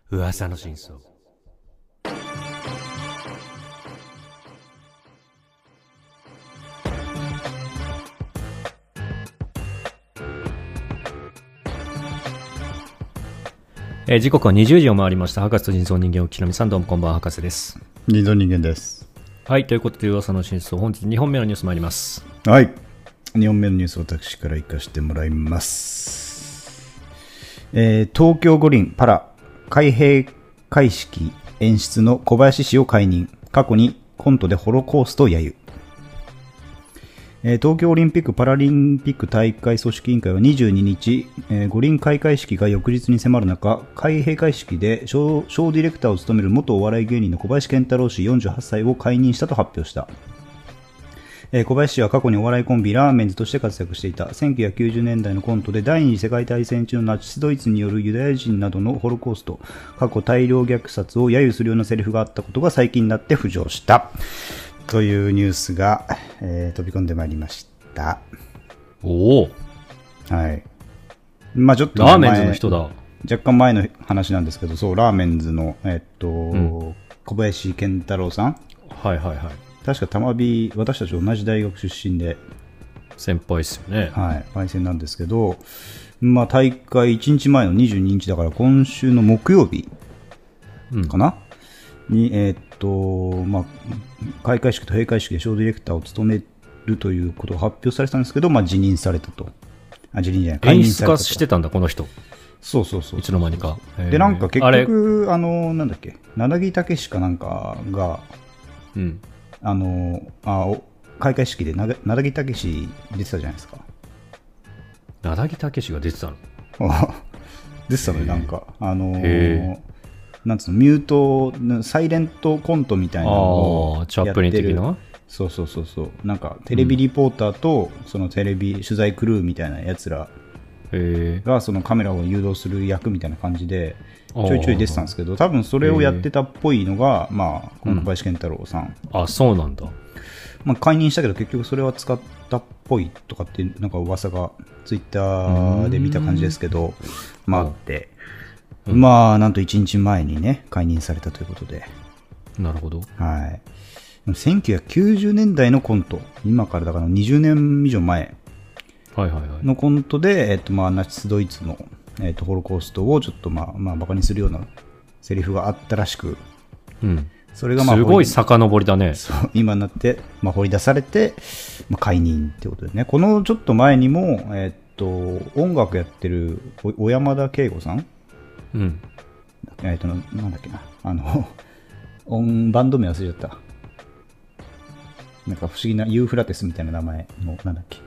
噂の真相。時刻は20時を回りました。博士と人造人間をきのみさん、どうもこんばんは。博士です。 人造人間です。 はい、ということで噂の真相、本日2本目のニュース参ります。 はい、2本目のニュースを私から行かせてもらいます。東京五輪パラ開閉会式演出の小林氏を解任。過去にコントでホロコーストを揶揄。東京オリンピック・パラリンピック大会組織委員会は22日、五輪開会式が翌日に迫る中、開閉会式でショーディレクターを務める元お笑い芸人の小林賢太郎氏48歳を解任したと発表した。小林氏は過去にお笑いコンビラーメンズとして活躍していた。1990年代のコントで第二次世界大戦中のナチスドイツによるユダヤ人などのホロコースト、過去大量虐殺を揶揄するようなセリフがあったことが最近になって浮上したというニュースが、飛び込んでまいりました。 おお、 はい。まあちょっとラーメンズの人だ。 若干前の話なんですけど、そうラーメンズの小林賢太郎さん。 はいはいはい。 確か玉美、私たち同じ大学出身で先輩ですよね。 はい、パイセンなんですけど、まあ大会1日前の22日だから今週の木曜日かな、にまあ開会式と閉会式でショーディレクターを務めるということが発表されたんですけど、まあ辞任されたと。辞任じゃない、解任されたと。 演出家してたんだこの人。 そうそうそう。 いつの間にか。 でなんか結局なんだっけ、名木武史かなんかが、開会式で名木武史出てたじゃないですか。 名木武史が出てたの？ 出てたのになんかなんつうの、ミュートサイレントコントみたいなのをやってる。チャップリン的な？そうそうそうそう。なんかテレビリポーターとそのテレビ取材クルーみたいなやつらがそのカメラを誘導する役みたいな感じでちょいちょい出てたんですけど、多分それをやってたっぽいのが、まあこの小林賢太郎さん。 あ、そうなんだ。まあ解任したけど結局それは使ったっぽいとかってなんか噂がツイッターで見た感じですけど、まああって、まあなんと1日前にね解任されたということで。 なるほど。 はい。1990年代のコント、今からだから20年以上前のコントで、まあナチスドイツのホロコーストをちょっとまあバカにするようなセリフがあったらしく、それがまあすごい遡りだね。 そう今になって、まあ、掘り出されて、まあ、解任ってことでね。このちょっと前にも音楽やってる小山田圭吾さん、なんだっけな、バンド名忘れちゃった。なんか不思議なユーフラテスみたいな名前のなんだっけ。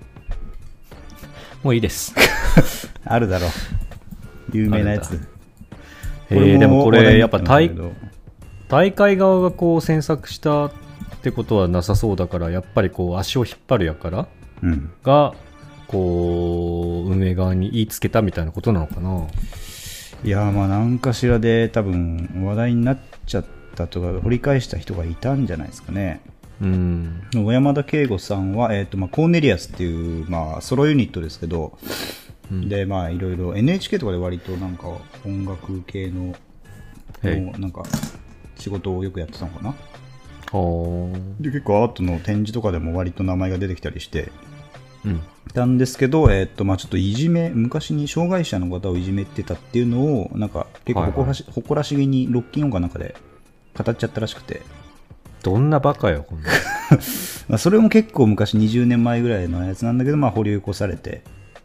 もういいです。 あるだろう。有名なやつ。 でもこれやっぱ大会側がこう詮索したってことはなさそうだから、やっぱりこう足を引っ張るやからがこう運営側に言いつけたみたいなことなのかな。 いやまあ何かしらで多分話題になっちゃったとか掘り返した人がいたんじゃないですかね。小山田圭吾さんは、まあ、コーネリアスっていう、まあ、ソロユニットですけど、でまあいろいろ NHK とかで割となんか音楽系のなんか仕事をよくやってたのかな。で結構アートの展示とかでも割と名前が出てきたりしてたんですけど、まあ、ちょっといじめ、昔に障害者の方をいじめてたっていうのをなんか結構誇らしげにロッキン音かなんかで語っちゃったらしくて。 どんなバカよこんなまあそれも結構昔20年前ぐらいのやつなんだけど、まあ、掘り起こされて、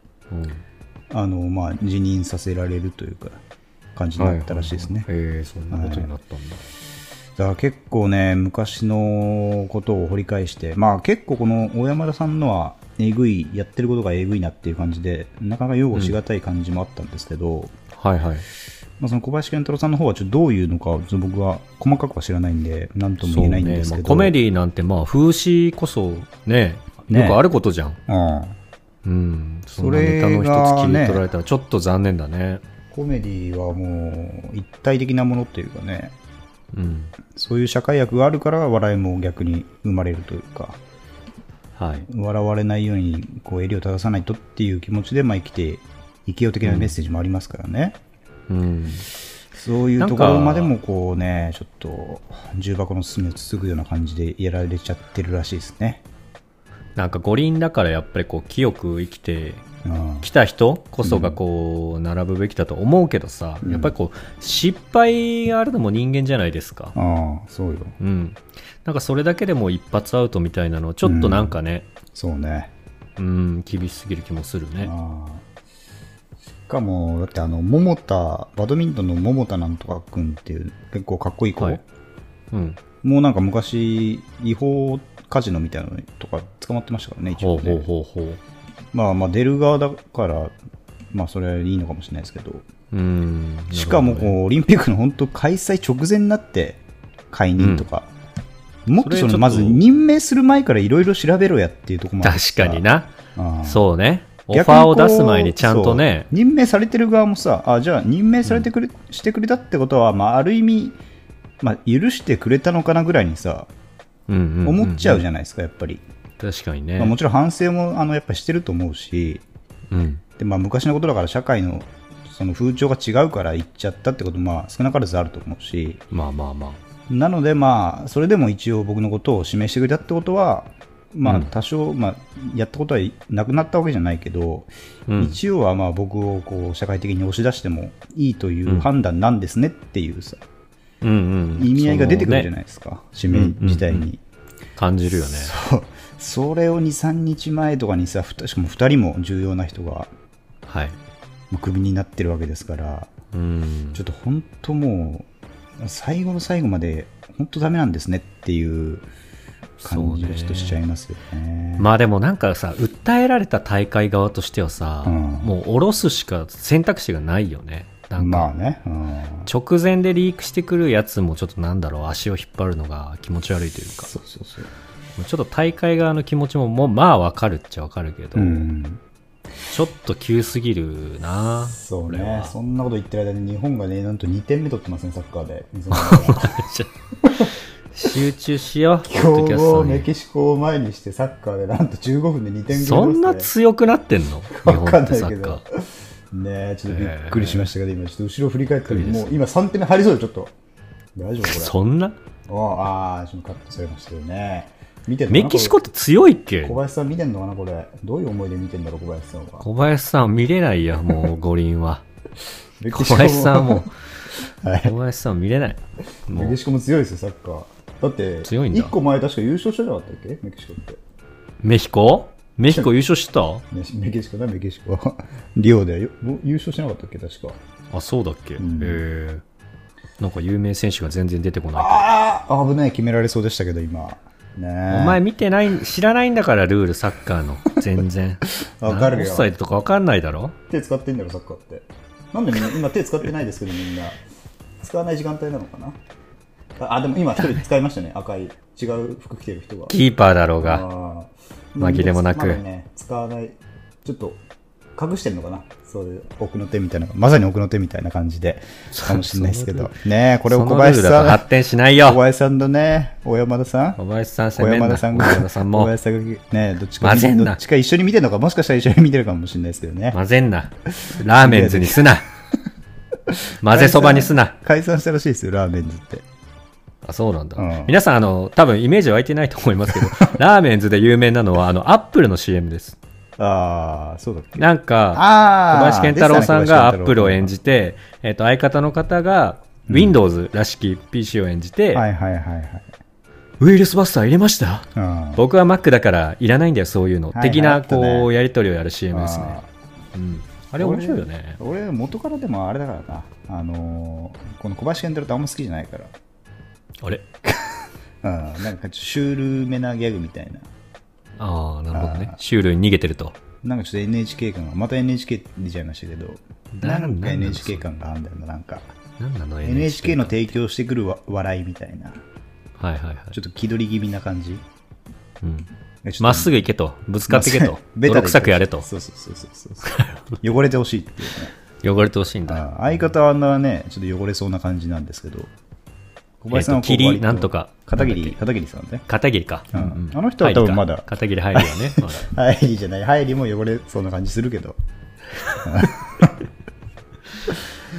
まあ、辞任させられるというか感じになったらしいですね。 そんなことになったんだ。 だから結構ね昔のことを掘り返して、まあ結構この大山田さんのはえぐい、やってることがえぐいなっていう感じでなかなか擁護しがたい感じもあったんですけど、まあ、その小林賢太郎さんの方はちょっとどういうのか僕は細かくは知らないんで何とも言えないんですけど、 コメディなんてまあ風刺こそねよくあることじゃん。そんなネタの一つ切り取られたらちょっと残念だね。 コメディはもう一体的なものっていうかね、そういう社会役があるから笑いも逆に生まれるというか、笑われないようにこう襟を正さないとっていう気持ちで、まあ生きよう的なメッセージもありますからね。 そういうところまでもこうね、ちょっと重箱の隅をつつくような感じでやられちゃってるらしいですね。 なんか五輪だからやっぱりこう清く生きてきた人こそがこう並ぶべきだと思うけどさ、やっぱりこう失敗があるのも人間じゃないですか。 そうよ。 なんかそれだけでも一発アウトみたいなのちょっとなんかね、 そうね。 厳しすぎる気もするね。 しかもだって桃田、バドミントンの桃田なんとかくんっていう結構かっこいい子、もうなんか昔違法カジノみたいなのとか捕まってましたからね、一応ね。まあ出る側だからまあそれはいいのかもしれないですけど、しかもこうオリンピックの本当開催直前になって解任とか、もっとまず任命する前からいろいろ調べろやっていうところもある。 確かにな。そうね。オファーを出す前にちゃんとね。 任命されてる側もさ、じゃあ任命されてしてくれたってことは、まあある意味、まあ許してくれたのかなぐらいにさ、思っちゃうじゃないですか、やっぱり。 確かにね。 もちろん反省もやっぱしてると思うし、でまあ昔のことだから社会のその風潮が違うから言っちゃったってこともまあ少なからずあると思うし。なのでまあそれでも一応僕のことを指名してくれたってことは、まあ多少まあやったことはなくなったわけじゃないけど、一応はまあ僕をこう社会的に押し出してもいいという判断なんですねっていうさ、意味合いが出てくるじゃないですか、指名自体に。 感じるよね。 それを2、3日前とかにさ、しかも2人も重要な人がクビになってるわけですから、ちょっと本当もう最後の最後まで本当ダメなんですねっていう感じがちょっとしちゃいますよね。 まあでもなんかさ、訴えられた大会側としてはさ、もう下ろすしか選択肢がないよね。なんかまあね、 直前でリークしてくるやつもちょっとなんだろう、足を引っ張るのが気持ち悪いというか、ちょっと大会側の気持ちもまあ分かるっちゃ分かるけど、ちょっと急すぎるな。 そうね。そんなこと言ってる間に日本がね、なんと2点目取ってますね、サッカーで。 集中しよう。 強豪メキシコを前にしてサッカーでなんと15分で2点ぐらい、 そんな強くなってんの？日本ってサッカー。 ね、ちょっとびっくりしましたけど、今ちょっと後ろ振り返ったらもう今3点目入りそうでちょっと大丈夫これ。 そんな？ ちょっとカットされましたよね。 メキシコって強いっけ？ 小林さん見てんのかなこれ。どういう思いで見てんだろう小林さんは。 小林さん見れないや、もう五輪は。小林さんも小林さん見れない。 メキシコも強いですよサッカー。だって強いんだ。 1個前確か優勝してなかったっけメキシコって。 メヒコ優勝した？ メキシコだ、メキシコ。リオで優勝してなかったっけ確か。 あ、そうだっけ。なんか有名選手が全然出てこないけど。危ない、決められそうでしたけど今。 ね、お前見てない、知らないんだからルール、サッカーの全然。 わかるよ。 オフサイドとかわかんないだろ。 手使ってんだろサッカーって。なんで今手使ってないですけどみんな使わない時間帯なのかな。でも今一人使いましたね。赤い違う服着てる人が。 キーパーだろうが紛れもなく、 まだね、使わない。ちょっと隠してるのかな。そういう奥の手みたいな、まさに奥の手みたいな感じでかもしれないですけどね。これを小林さん発展しないよ。 小林さんとね、小山田さん、 小林さん攻めんな。 小山田さんも小林さんがね、どっちか一緒に見てるのか、もしかしたら一緒に見てるかもしれないですけどね。 混ぜんな。ラーメンズにすな。混ぜそばにすな。 解散したらしいですよラーメンズって。 あ、そうなんだ。皆さん多分イメージ湧いてないと思いますけど、ラーメンズで有名なのはアップルの CM です。 そうだっけ。 なんか小林健太郎さんがアップルを演じて、相方の方が Windows らしき PC を演じて、ウイルスバスター入れました、僕は Mac だからいらないんだよそういうの、的なこうやり取りをやる CM ですね。あれ面白いよね。 俺元からでもあれだからな、この小林健太郎ってあんま好きじゃないから。 あれなんかシュールめなギャグみたいな。 なるほどね。シュールに逃げてると。 なんかちょっと NHK 感が、また NHK 出ちゃいましたけど、なんか NHK 感があるんだよな、なんか。 なんなの NHK の提供してくる笑いみたいな。ちょっと気取り気味な感じ。 まっすぐ行けと。ぶつかってけと。泥臭くやれと。 そう。汚れてほしいっていうね。汚れてほしいんだ。 相方はね、ちょっと汚れそうな感じなんですけど。 小林さんは霧なんとか片桐さんね。 片桐か。 あの人は多分まだ片桐入るよね。 入りじゃない、入りも汚れそうな感じするけど。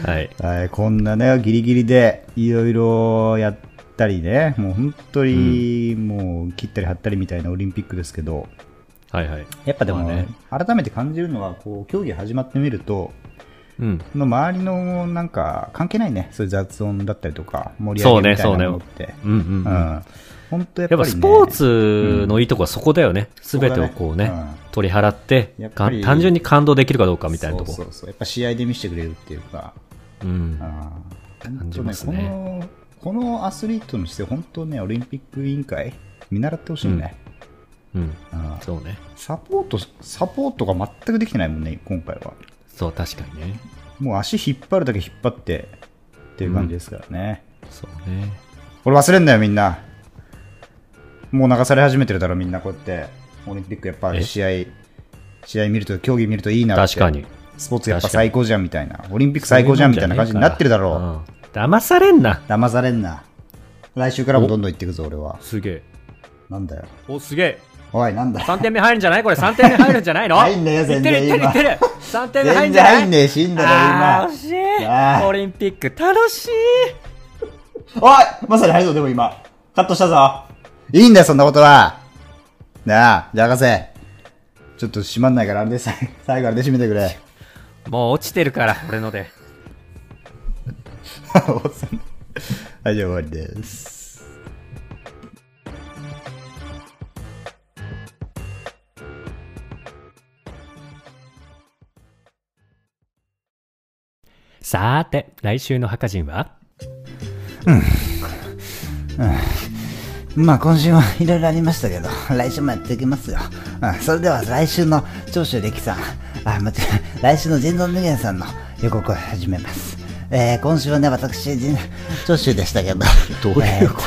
はい。 はい、こんなね、ギリギリでいろいろやったりね、もう本当にもう切ったり貼ったりみたいなオリンピックですけど、 はいはい。 やっぱでもね、改めて感じるのは、こう、競技始まってみると、の周りのなんか関係ないね、そういう雑音だったりとか、盛り上げみたいなのって。本当やっぱりね。 スポーツのいいとこはそこだよね。すべてをこうね、取り払って、単純に感動できるかどうかみたいなところ。 そう。やっぱ試合で見せてくれるっていうか。 感じますね。 このアスリートの姿勢、本当ね、オリンピック委員会、見習ってほしいね。 そうね。 サポートが全くできてないもんね、今回は。 そう、確かにね。 もう足引っ張るだけ引っ張ってっていう感じですからね。 そうね。 これ忘れんなよ、みんな。もう流され始めてるだろ、みんな。こうやってオリンピックやっぱ試合見ると、競技見るといいなって。 確かに。 スポーツやっぱ最高じゃんみたいな。オリンピック最高じゃんみたいな感じになってるだろう。騙されんな。 騙されんな。来週からもどんどん行っていくぞ、俺は。 すげえ。 なんだよ。 お、すげえ。 おい、なんだ。 3点目入るんじゃないこれ3点目入るんじゃないの入んねえよ、全然。 いってる。3点目入るんじゃない全然入んねえし、いいんだよ、今。 惜しい。オリンピック楽しい。 おいまさに入るぞ、でも今。カットしたぞ。いいんだよ、そんなことは。なあ、じゃあ、博士。ちょっと閉まんないから、あれで最後あれで閉めてくれ。 もう落ちてるから、俺ので。 はい、じゃあ終わりです。 さーて、来週の墓人はまあ今週はいろいろありましたけど、来週もやっていきますよ。それでは来週の長州力さん、来週の人造人間さんの予告を始めます。今週はね、私、長州でしたけど、 どういうこと、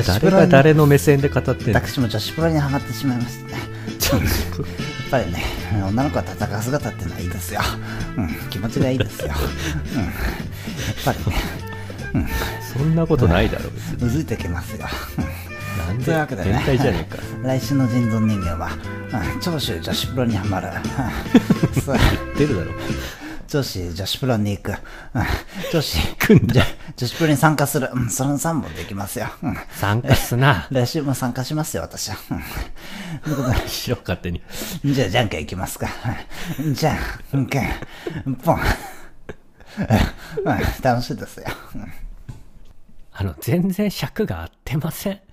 誰が誰の目線で語ってんの？ 私も女子プロにはまってしまいましたね。やっぱりね、女の子は戦う姿ってのはいいですよ。気持ちがいいですよ。やっぱりね。 そんなことないだろう。 うずいてきますよ。 なんでというわけでね、 変態じゃねえか。 来週の人造人間は、長州女子プロにはまる。 言ってるだろ。 女子プロに行く。女子プロに参加する。その3本できますよ。 参加すな。 来週も参加しますよ、私は。 しろ、勝手に。 じゃあ、じゃんけんいきますか。じゃんけん、ポン。楽しいですよ。 全然尺が合ってません。